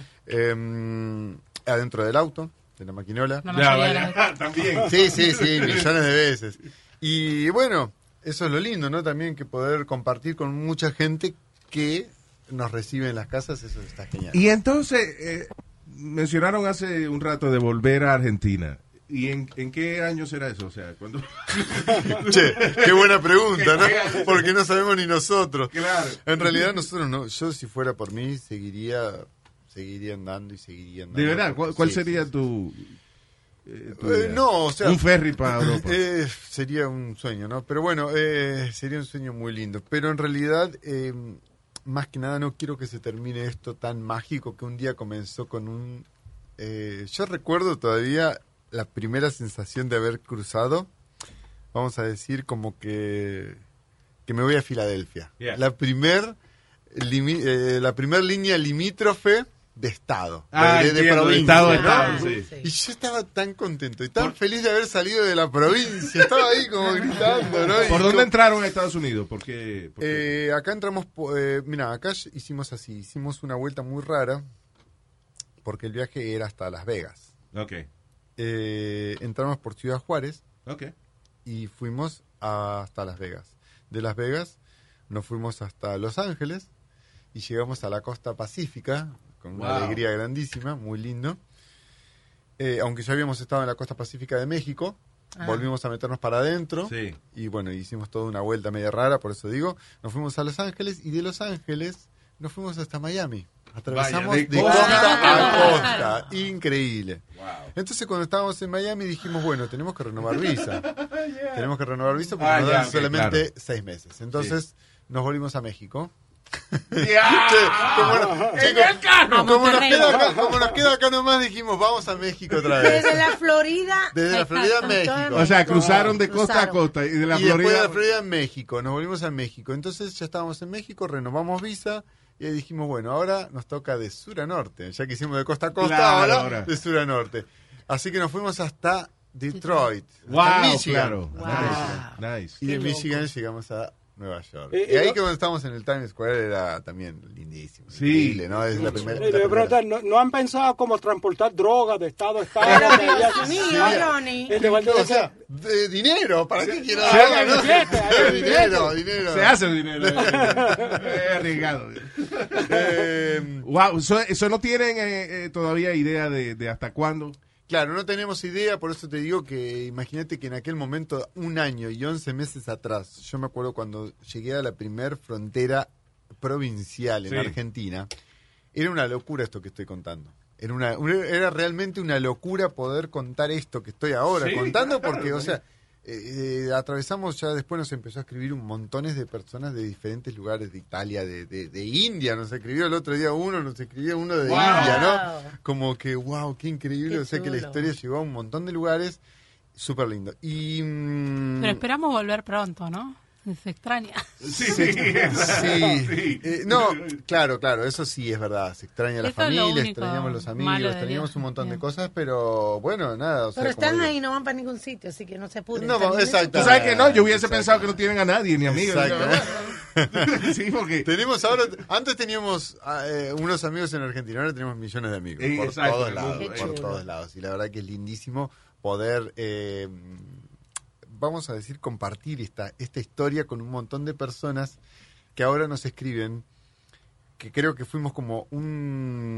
eh, adentro del auto, de la maquinola. La Ya, mayoría de vaya, las- también. Sí, sí, sí, millones de veces. Y bueno, eso es lo lindo, ¿no? También que poder compartir con mucha gente que nos recibe en las casas, eso está genial. Y entonces, eh, mencionaron hace un rato de volver a Argentina. ¿Y en, en qué año será eso? O sea, ¿cuándo? Che, qué buena pregunta, ¿no? Porque no sabemos ni nosotros. Claro. En realidad nosotros no, yo si fuera por mí seguiría seguiría andando y seguiría andando. De verdad, ¿cuál, cuál Sí, sería sí, sí. tu, eh, tu Eh, idea? no, o sea, un ferry para Europa. Eh, sería un sueño, ¿no? Pero bueno, eh, sería un sueño muy lindo. Pero en realidad, eh, más que nada, no quiero que se termine esto tan mágico que un día comenzó con un... eh, yo recuerdo todavía la primera sensación de haber cruzado, vamos a decir, como que, que me voy a Filadelfia. Yeah. La primer, limi- eh, la primer línea limítrofe de estado, Ah, de, de entiendo, de provincia, estado, ¿no? estado, sí. Y yo estaba tan contento y tan feliz de haber salido de la provincia. Estaba ahí como gritando, ¿no? Y ¿Por dónde como- entraron a Estados Unidos? ¿Por qué? por qué? Eh, acá entramos, po- eh, mira, acá hicimos así, hicimos una vuelta muy rara porque el viaje era hasta Las Vegas. Ok, Eh, entramos por Ciudad Juárez ok. y fuimos hasta Las Vegas. De Las Vegas nos fuimos hasta Los Ángeles y llegamos a la costa pacífica con una Wow. alegría grandísima, muy lindo. Eh, aunque ya habíamos estado en la costa pacífica de México, Ah. volvimos a meternos para adentro Sí. y bueno, hicimos toda una vuelta media rara, por eso digo, nos fuimos a Los Ángeles y de Los Ángeles nos fuimos hasta Miami. Atravesamos Vaya, de de, costa costa a a costa. Increíble. Wow. Entonces cuando estábamos en Miami dijimos, bueno, tenemos que renovar visa. Tenemos que renovar visa porque Ah, nos ya, dan ok, solamente claro. seis meses. Entonces nos volvimos a México. ¡Ya! Como, no- ¡En chicos, el carro! A como nos Monterrey. queda acá, como nos queda acá nomás, dijimos, vamos a México otra vez. Desde la Florida. Desde la Florida a México. O sea, cruzaron de costa a Cruzaron. costa y de la y después de Florida. la Florida a México, nos volvimos a México. Entonces ya estábamos en México, renovamos visa y ahí dijimos, bueno, ahora nos toca de sur a norte. Ya que hicimos de costa a costa, Claro, ahora, ahora. de sur a norte. Así que nos fuimos hasta Detroit, hasta Wow, Michigan. claro. Wow. Nice. Y Qué de loco. Michigan llegamos a Nueva York. Eh, y ahí eh, que cuando estábamos en el Times Square era también lindísimo. Sí. Increíble, ¿no? Es la primera. Eh, la le voy a primera- preguntar, ¿no, ¿no han pensado cómo transportar drogas de estado a estado? Pero De allá- Dios mío, Ah, Ronnie. este falta de- O sea, de dinero, ¿para qué quiero Sí, dar, hay no? billete, hay dinero, dinero. Se hace dinero. Es arriesgado. Eh, Wow, eso, eso no tienen eh, eh, todavía idea de, de hasta cuándo. Claro, no tenemos idea, por eso te digo que imagínate que en aquel momento, un año y once meses atrás, yo me acuerdo cuando llegué a la primer frontera provincial en Sí. Argentina, era una locura esto que estoy contando. Era, una, una- era realmente una locura poder contar esto que estoy ahora Sí, contando, claro, porque, o sí. sea, eh, eh, atravesamos ya después nos empezó a escribir un montones de personas de diferentes lugares de Italia, de, de, de India, nos escribió el otro día uno, nos escribió uno de Wow. India, ¿no? Como que, wow, qué increíble, Qué o sea que la chulo. historia llegó a un montón de lugares, súper lindo. Y... mm, Pero esperamos volver pronto, ¿no? Se extraña. Sí, sí. Sí, eh, no, claro, claro, eso sí es verdad. Se extraña la Eso es lo familia, único extrañamos los malo amigos, de extrañamos Dios. un montón de Bien. cosas, pero bueno, nada. O sea, Pero como están digo- ahí, no van para ningún sitio, así que no se apuren. No, También exacto. Tú sabes que no, yo hubiese Exacto. pensado que no tienen a nadie, ni amigos. Exacto. Sí, porque... Tenemos ahora, antes teníamos ah, eh, unos amigos en Argentina, ahora tenemos millones de amigos Eh, por exacto. todos lados, Qué por chulo. todos lados. Y la verdad que es lindísimo poder, eh, vamos a decir, compartir esta, esta historia con un montón de personas que ahora nos escriben, que creo que fuimos como un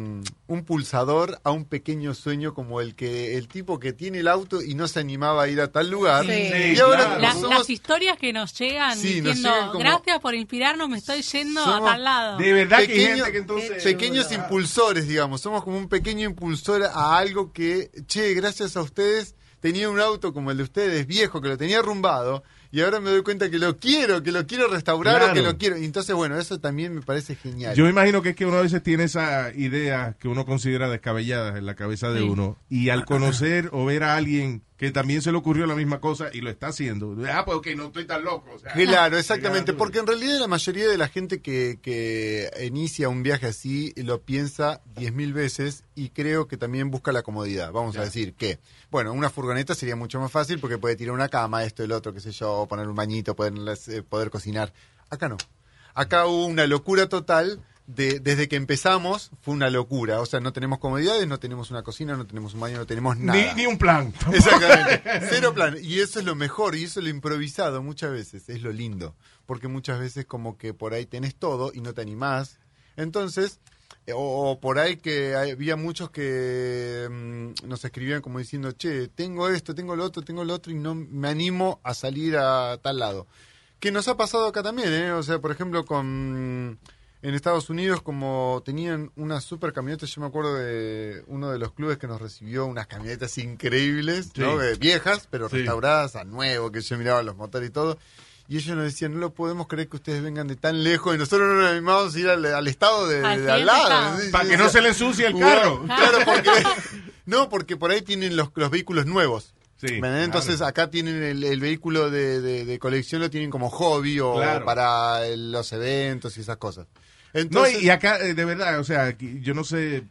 un, un pulsador a un pequeño sueño como el que el tipo que tiene el auto y no se animaba a ir a tal lugar. Sí. Y ahora claro. La- somos, Las historias que nos llegan Sí, nos diciendo, llegan como- gracias por inspirarnos, me estoy yendo Somos- a tal lado. De verdad que hay Pequeño- gente que entonces... pequeños impulsores, digamos. Somos como un pequeño impulsor a algo que, che, gracias a ustedes tenía un auto como el de ustedes, viejo, que lo tenía arrumbado, y ahora me doy cuenta que lo quiero, que lo quiero restaurar Claro. o que lo quiero. Y entonces, bueno, eso también me parece genial. Yo imagino que es que uno a veces tiene esa idea que uno considera descabelladas en la cabeza de Sí. uno, y al conocer o ver a alguien que también se le ocurrió la misma cosa y lo está haciendo, ah, pues ok, no estoy tan loco. O sea, Claro, exactamente, Claro. porque en realidad la mayoría de la gente que, que inicia un viaje así lo piensa diez mil veces y creo que también busca la comodidad. Vamos Ya. a decir que, bueno, una furgoneta sería mucho más fácil porque puede tirar una cama, esto, el otro, qué sé yo, poner un bañito, poder, eh, poder cocinar. Acá no. Acá hubo una locura total. De, desde que empezamos fue una locura. O sea, no tenemos comodidades, no tenemos una cocina, no tenemos un baño, no tenemos nada. ni, ni un plan. Exactamente, cero plan. Y eso es lo mejor, y eso es lo improvisado muchas veces, es lo lindo. Porque muchas veces como que por ahí tenés todo y no te animás. Entonces, eh, o, o por ahí que había muchos que mm, nos escribían como diciendo, che, tengo esto, tengo lo otro, tengo lo otro y no me animo a salir a tal lado. Que nos ha pasado acá también, ¿eh? O sea, por ejemplo, con... En Estados Unidos, como tenían unas super camionetas, yo me acuerdo de uno de los clubes que nos recibió unas camionetas increíbles, Sí. ¿no? Eh, viejas, pero Sí. restauradas a nuevo, que yo miraba los motores y todo. Y ellos nos decían, no lo podemos creer que ustedes vengan de tan lejos y nosotros no nos animamos a ir al, al estado de, Al de al siguiente lado. estado. Sí, Para sí, que o no sea, se le ensucie el wow, carro. Claro, porque... No, porque por ahí tienen los, los vehículos nuevos. Sí, ¿Verdad? Entonces claro. acá tienen el, el vehículo de, de, de colección, lo tienen como hobby o Claro. para el- los eventos y esas cosas. No, Entonces, y, y acá, eh, de verdad, o sea, aquí, yo no sé,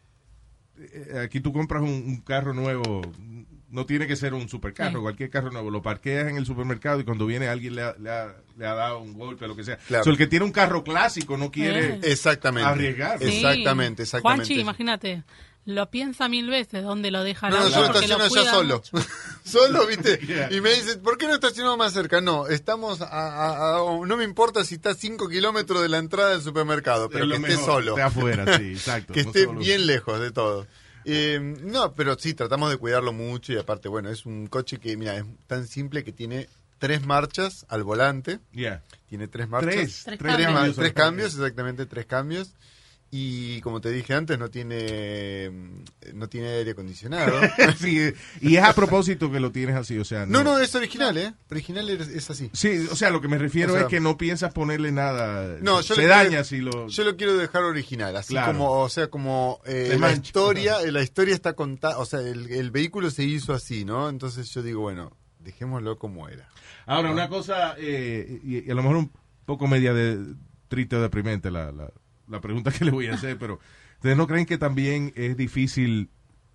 eh, aquí tú compras un, un carro nuevo, no tiene que ser un supercarro, Sí. cualquier carro nuevo, lo parqueas en el supermercado y cuando viene alguien le ha, le ha, le ha dado un golpe, lo que sea. Claro. So, el que tiene un carro clásico no quiere... Eh. exactamente. arriesgar. Sí. Exactamente, exactamente. Juanchi, imagínate, lo piensa mil veces dónde lo deja el No, no, auto yo lo porque lo estaciono allá cuida solo. mucho. Solo, ¿viste? Yeah. Y me dicen, ¿por qué no estacionamos más cerca? No, estamos a, a- a- no me importa si está a cinco kilómetros de la entrada del supermercado, pero Es que lo esté mejor, solo. esté afuera, sí, exacto. Que no esté solo. bien lejos de todo. Eh, no, pero sí, tratamos de cuidarlo mucho y aparte, bueno, es un coche que, mira, es tan simple que tiene tres marchas al volante. Yeah. Tiene tres marchas. Tres, Tres Tres, cambios. ma- tres cambios, exactamente tres cambios. Y como te dije antes, no tiene no tiene aire acondicionado. Sí, y es a propósito que lo tienes así, o sea... No, no, es original, ¿eh? Original es, es así. Sí, o sea, lo que me refiero O sea, es que no piensas ponerle nada. No, yo se le daña quiero- si lo... Yo lo quiero dejar original, así Claro. como, o sea, como eh, Se la mancha. historia, eh, la historia está contada, o sea, el, el vehículo se hizo así, ¿no? Entonces yo digo, bueno, dejémoslo como era. Ahora, una cosa, eh, y, y a lo mejor un poco media de triste o deprimente la, la, la pregunta que le voy a hacer, pero ¿ustedes no creen que también es difícil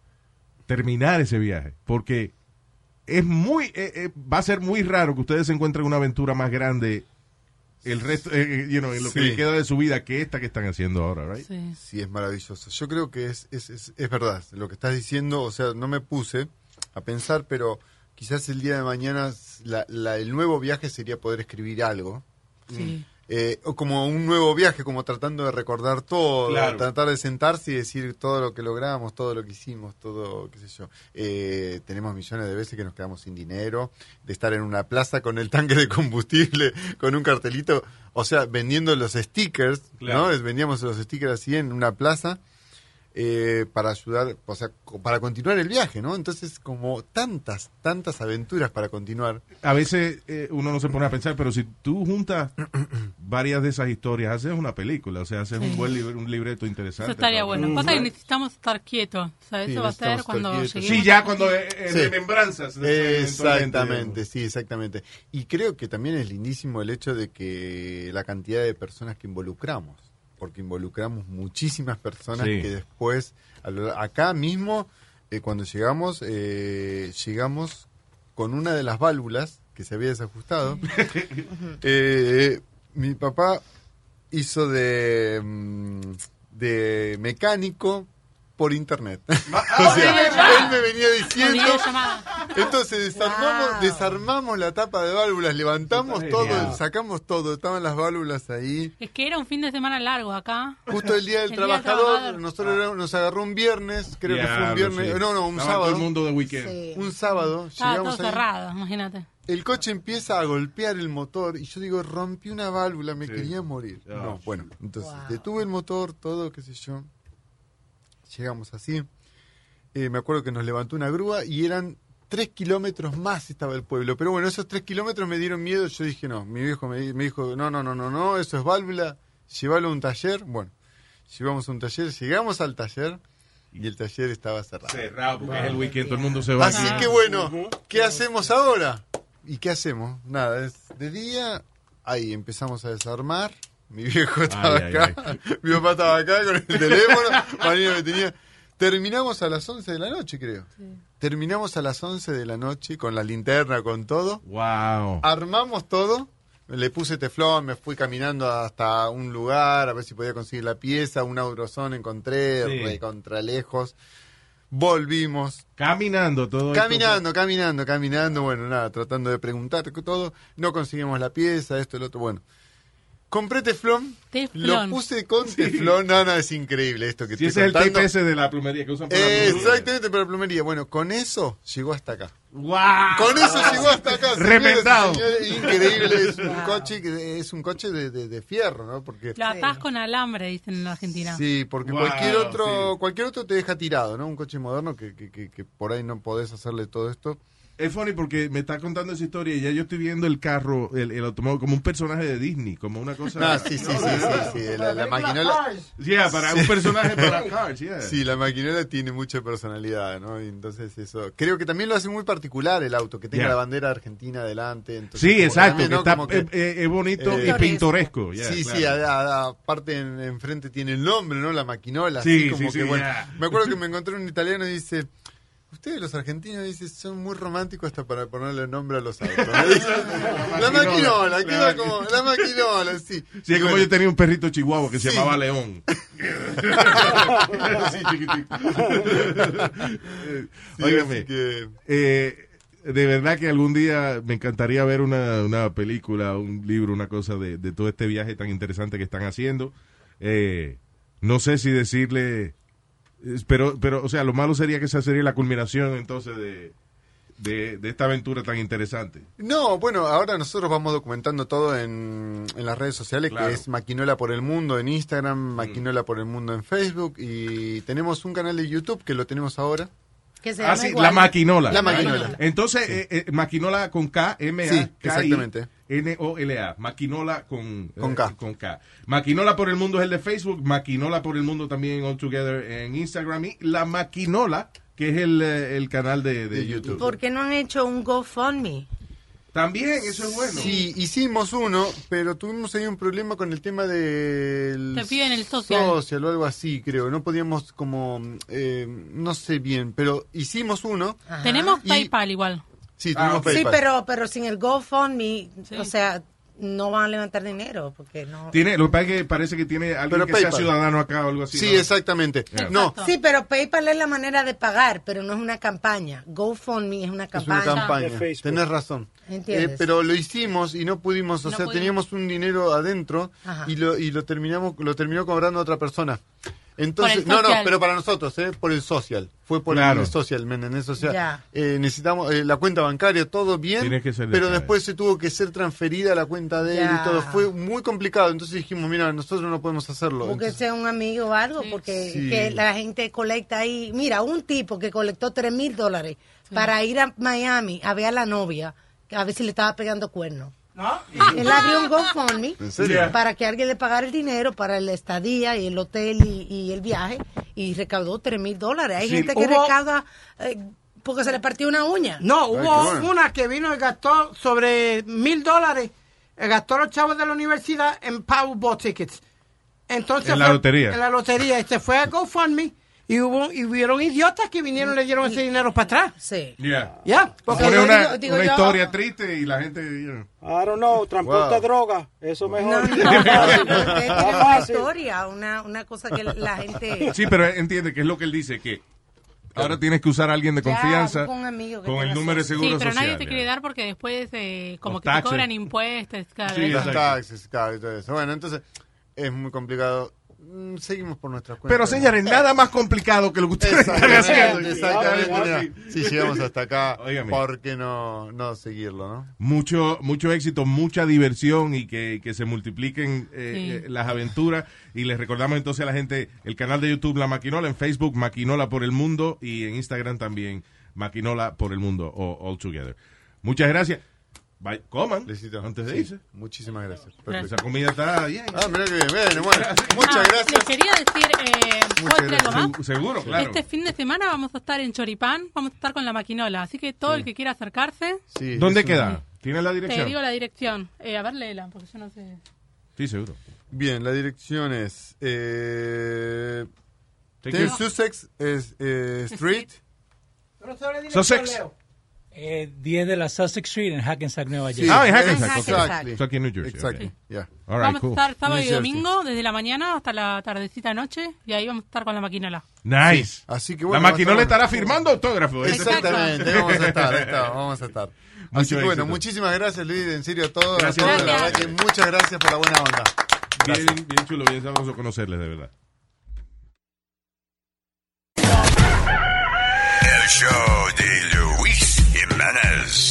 terminar ese viaje? Porque es muy, eh, eh, va a ser muy raro que ustedes se encuentren una aventura más grande el resto, eh, eh, you know, en lo que Sí. les queda de su vida que esta que están haciendo ahora, right? Sí. Sí, es maravilloso. Yo creo que es, es, es, es verdad lo que estás diciendo, o sea, no me puse a pensar, pero quizás el día de mañana la, la- el nuevo viaje sería poder escribir algo. Sí. Eh, o como un nuevo viaje, como tratando de recordar todo, Claro. tratar de sentarse y decir todo lo que logramos, todo lo que hicimos, todo, qué sé yo. Eh, tenemos millones de veces que nos quedamos sin dinero, de estar en una plaza con el tanque de combustible, con un cartelito, o sea, vendiendo los stickers, Claro. ¿no? Es- vendíamos los stickers así en una plaza. Eh, para ayudar, o sea, co- para continuar el viaje, ¿no? Entonces, como tantas, tantas aventuras para continuar. A veces eh, uno no se pone a pensar, pero si tú juntas varias de esas historias, haces una película, o sea, haces Sí. un buen libre- un libreto interesante. Eso estaría ¿no? bueno. Pasa que necesitamos estar quietos. O sea, Sí, eso va a ser necesitamos cuando estar quietos. lleguemos. Sí, ya cuando es es Sí. remembranzas. Exactamente, sí, exactamente. Y creo que también es lindísimo el hecho de que la cantidad de personas que involucramos, porque involucramos muchísimas personas Sí. que después, a lo- acá mismo, eh, cuando llegamos, eh, llegamos con una de las válvulas que se había desajustado. Eh, mi papá hizo de, mm, de mecánico, por internet. O sea, él me venía diciendo. Entonces desarmamos, wow. desarmamos la tapa de válvulas, levantamos todo, genial. Sacamos todo, estaban las válvulas ahí. Es que era un fin de semana largo acá. Justo el día del el trabajador, día del trabajador. nosotros ah. nos agarró un viernes, creo yeah, que fue un viernes, sí. no, no, un Estaba sábado. Todo el mundo de weekend. Sí. Un sábado, Estaba llegamos todo ahí. cerrado, imagínate. El coche empieza a golpear el motor y yo digo, rompí una válvula, me sí. quería morir. Oh, no, bueno, entonces wow. detuve el motor, todo, qué sé yo. Llegamos así. Eh, me acuerdo que nos levantó una grúa y eran tres kilómetros más estaba el pueblo. Pero bueno, esos tres kilómetros me dieron miedo. Yo dije, no, mi viejo me, me dijo, no, no, no, no, no, eso es válvula, llévalo a un taller. Bueno, llevamos a un taller, llegamos al taller y el taller estaba cerrado. Cerrado, porque wow. es el weekend, todo el mundo se va. Así ah. que bueno, ¿qué hacemos ahora? ¿Y qué hacemos? Nada, es de día, ahí empezamos a desarmar. Mi viejo estaba ay, acá, ay, ay. mi papá estaba acá con el teléfono, Marina me tenía... Terminamos a las once de la noche, creo. Sí. Terminamos a las once de la noche con la linterna, con todo. Wow. Armamos todo. Le puse teflón, me fui caminando hasta un lugar a ver si podía conseguir la pieza. Un Auroson encontré, sí. re contra lejos. Volvimos. Caminando todo Caminando, esto. caminando, caminando. Bueno, nada, tratando de preguntar todo. No conseguimos la pieza, esto, el otro. Bueno. Compré teflón, teflón, lo puse con teflón, sí. no, no, es increíble esto que sí, estoy ese contando. Es el T P S de la plumería que usan para eh, la plumería. Exactamente, para la plumería. Bueno, con eso llegó hasta acá. ¡Wow! Con eso llegó hasta acá. Remendado. Increíble, es un wow. coche que es un coche de, de, de fierro, ¿no? Porque lo atás sí. con alambre, dicen en la Argentina. Sí, porque wow, cualquier otro sí. cualquier otro te deja tirado, ¿no? Un coche moderno que, que, que, que por ahí no podés hacerle todo esto. Es funny porque me está contando esa historia y ya yo estoy viendo el carro, el, el automóvil, como un personaje de Disney, como una cosa... Ah, sí, sí, sí, sí, sí, la, la maquinola... Yeah, para sí. un personaje para Cars, yeah. Sí, la maquinola tiene mucha personalidad, ¿no? Y entonces eso... Creo que también lo hace muy particular el auto, que tenga yeah. la bandera argentina adelante. Entonces, sí, exacto, también, que ¿no? está, como que, es, es bonito eh, y pintoresco. Yeah, sí, claro. sí, aparte en, enfrente tiene el nombre, ¿no? La maquinola, sí, así como sí, que, sí, bueno... yeah. Me acuerdo que me encontré un italiano y dice... Ustedes los argentinos dicen son muy románticos hasta para ponerle nombre a los autos. ¿No? La maquinola, queda como la maquinola, sí. Sí, es como bueno. Yo tenía un perrito chihuahua que sí. se llamaba León. Sí, chiquitito. Sí, óigame, que... eh, de verdad que algún día me encantaría ver una, una película, un libro, una cosa de, de todo este viaje tan interesante que están haciendo. Eh, no sé si decirle... Pero, pero, o sea, lo malo sería que esa sería la culminación entonces de, de, de esta aventura tan interesante. No, bueno, ahora nosotros vamos documentando todo en, en las redes sociales, claro. que es Maquinola por el Mundo en Instagram, Maquinola mm. por el Mundo en Facebook, y tenemos un canal de YouTube que lo tenemos ahora. Que se ah, sí, La Maquinola. La Maquinola. Entonces, sí. eh, eh, Maquinola con K, M A K I. Sí, exactamente. N O L A, Maquinola con, con, K. Eh, con K. Maquinola por el Mundo es el de Facebook, Maquinola por el Mundo también All Together en Instagram y La Maquinola, que es el, el canal de, de, de YouTube. YouTube. ¿Por qué no han hecho un GoFundMe? También, eso es bueno. Sí, hicimos uno, pero tuvimos ahí un problema con el tema del... Te piden el social. Social o algo así, creo. No podíamos como... Eh, no sé bien, pero hicimos uno. Ajá. Tenemos y... PayPal igual. Sí, tenemos ah, PayPal. Sí, pero, pero sin el GoFundMe, sí. o sea, no van a levantar dinero, porque no... Tiene, lo que pasa es que parece que tiene alguien pero que PayPal. sea ciudadano acá o algo así. Sí, ¿no? exactamente. Yeah. No. Sí, pero PayPal es la manera de pagar, pero no es una campaña. GoFundMe es una campaña. Es una campaña, tenés razón. ¿Entiendes? Eh, pero lo hicimos y no pudimos, o no sea, pudimos. teníamos un dinero adentro y lo, y lo terminamos, lo terminó cobrando otra persona. Entonces, no, no, pero para nosotros, ¿eh? Por el social. Fue por claro. el social, ¿me entendés? O sea, yeah. eh, necesitamos eh, la cuenta bancaria, todo bien, que ser pero después se tuvo que ser transferida a la cuenta de él yeah. y todo. Fue muy complicado. Entonces dijimos, mira, nosotros no podemos hacerlo. Porque Entonces, sea un amigo o algo, sí. porque sí. que la gente colecta ahí. Mira, un tipo que colectó tres mil dólares sí. para ir a Miami a ver a la novia, a ver si le estaba pegando cuernos. ¿No? Él abrió un GoFundMe para que alguien le pagara el dinero para la estadía y el hotel y, y el viaje y recaudó tres mil dólares. Hay sí, gente que hubo... recauda eh, porque se le partió una uña. No, hubo Ay, bueno. una que vino y gastó sobre mil dólares, gastó los chavos de la universidad en Powerball tickets. Entonces en fue, la lotería. En la lotería. Y se fue a GoFundMe Y hubo y hubieron idiotas que vinieron y le dieron ese dinero para atrás. Sí. Yeah. Ya. Porque Porque pone una, digo- digo una yo- historia triste y la gente... you know. I don't know, transporta Wow. droga, eso No, mejor. no, no, pero ustedes tienen Más una fácil. historia, una, una cosa que la gente... Sí, pero entiende que es lo que él dice, que ahora tienes que usar a alguien de Ya, confianza busca un amigo que con el tenga número de socio. seguro Sí, pero social. nadie te ya. quiere dar porque después eh, como Los que te taxes. cobran impuestos. Claro, Sí, eso. Las exacto. taxes, claro, y todo eso. Bueno, entonces es muy complicado. Mm, Seguimos por nuestras cuentas. Pero señores, nada más complicado que lo que ustedes están haciendo. Exactamente, exactamente. Ah, Mira, si llegamos hasta acá, Óigame. ¿por qué no, no seguirlo, no? Mucho, mucho éxito, mucha diversión y que, que se multipliquen eh, Sí. eh, las aventuras. Y les recordamos entonces a la gente el canal de YouTube La Maquinola, en Facebook Maquinola por el Mundo y en Instagram también Maquinola por el Mundo o All Together. Muchas gracias. Bye. Coman Lecito. antes de Sí, irse. muchísimas gracias. Gracias. Esa comida está bien. Ah, mira que bien, bien, bueno, muchas Ah, gracias. Les quería decir, eh, ¿puedo Muchas decir algo más? Se- Seguro, claro. Este fin de semana vamos a estar en Choripán, vamos a estar con la maquinola, así que todo el que quiera acercarse, Sí, ¿Dónde es un- queda? ¿Tiene la te dirección? digo la dirección. Eh, a ver, léela, porque yo no sé. Sí, seguro. Bien, la dirección es eh, Take ten your- Sussex es, eh, Street. Pero sobre dirección, Sussex. Leo. Eh, diez de la Sussex Street en Hackensack, Nueva Sí, Jersey. Ah, en Hackensack, En ok. Hackensack. Está aquí en New Jersey. Exacto, ok. ya. All right, Vamos cool. a estar sábado y New Jersey. domingo, desde la mañana hasta la tardecita noche, y ahí vamos a estar con la maquinola. Nice. Así que La bueno, Maquinola va a estará estar- firmando autógrafos. Exactamente, vamos a estar, ahí está, vamos a estar. Así Mucho que bueno, éxito. muchísimas gracias Luis, en serio a todos. Gracias. a todos, la Gracias. verdad que muchas gracias por la buena onda. Bien, bien chulo, bien sabroso conocerles, de verdad. El show de Luis Jiménez.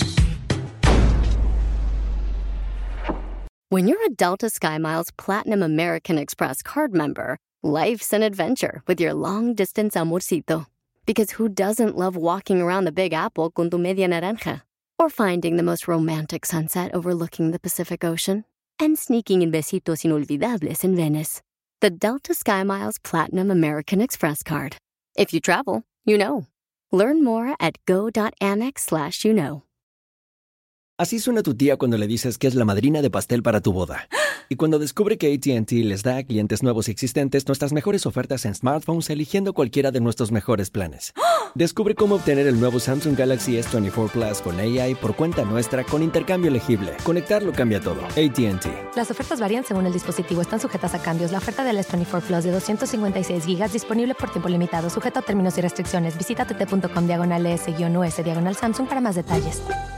When you're a Delta SkyMiles Platinum American Express card member, life's an adventure with your long-distance amorcito. Because who doesn't love walking around the Big Apple con tu media naranja? Or finding the most romantic sunset overlooking the Pacific Ocean? And sneaking in besitos inolvidables in Venice. The Delta SkyMiles Platinum American Express card. If you travel, you know. Learn more at go.amex slash you know. Así suena tu tía cuando le dices que es la madrina de pastel para tu boda. Y cuando descubre que A T and T les da a clientes nuevos y existentes nuestras mejores ofertas en smartphones eligiendo cualquiera de nuestros mejores planes. Descubre cómo obtener el nuevo Samsung Galaxy S veinticuatro Plus con A I por cuenta nuestra con intercambio elegible. Conectarlo cambia todo. A T and T. Las ofertas varían según el dispositivo. Están sujetas a cambios. La oferta del S veinticuatro Plus de doscientos cincuenta y seis gigas disponible por tiempo limitado. Sujeto a términos y restricciones. Visita tt punto com diagonal S-U S diagonal Samsung para más detalles.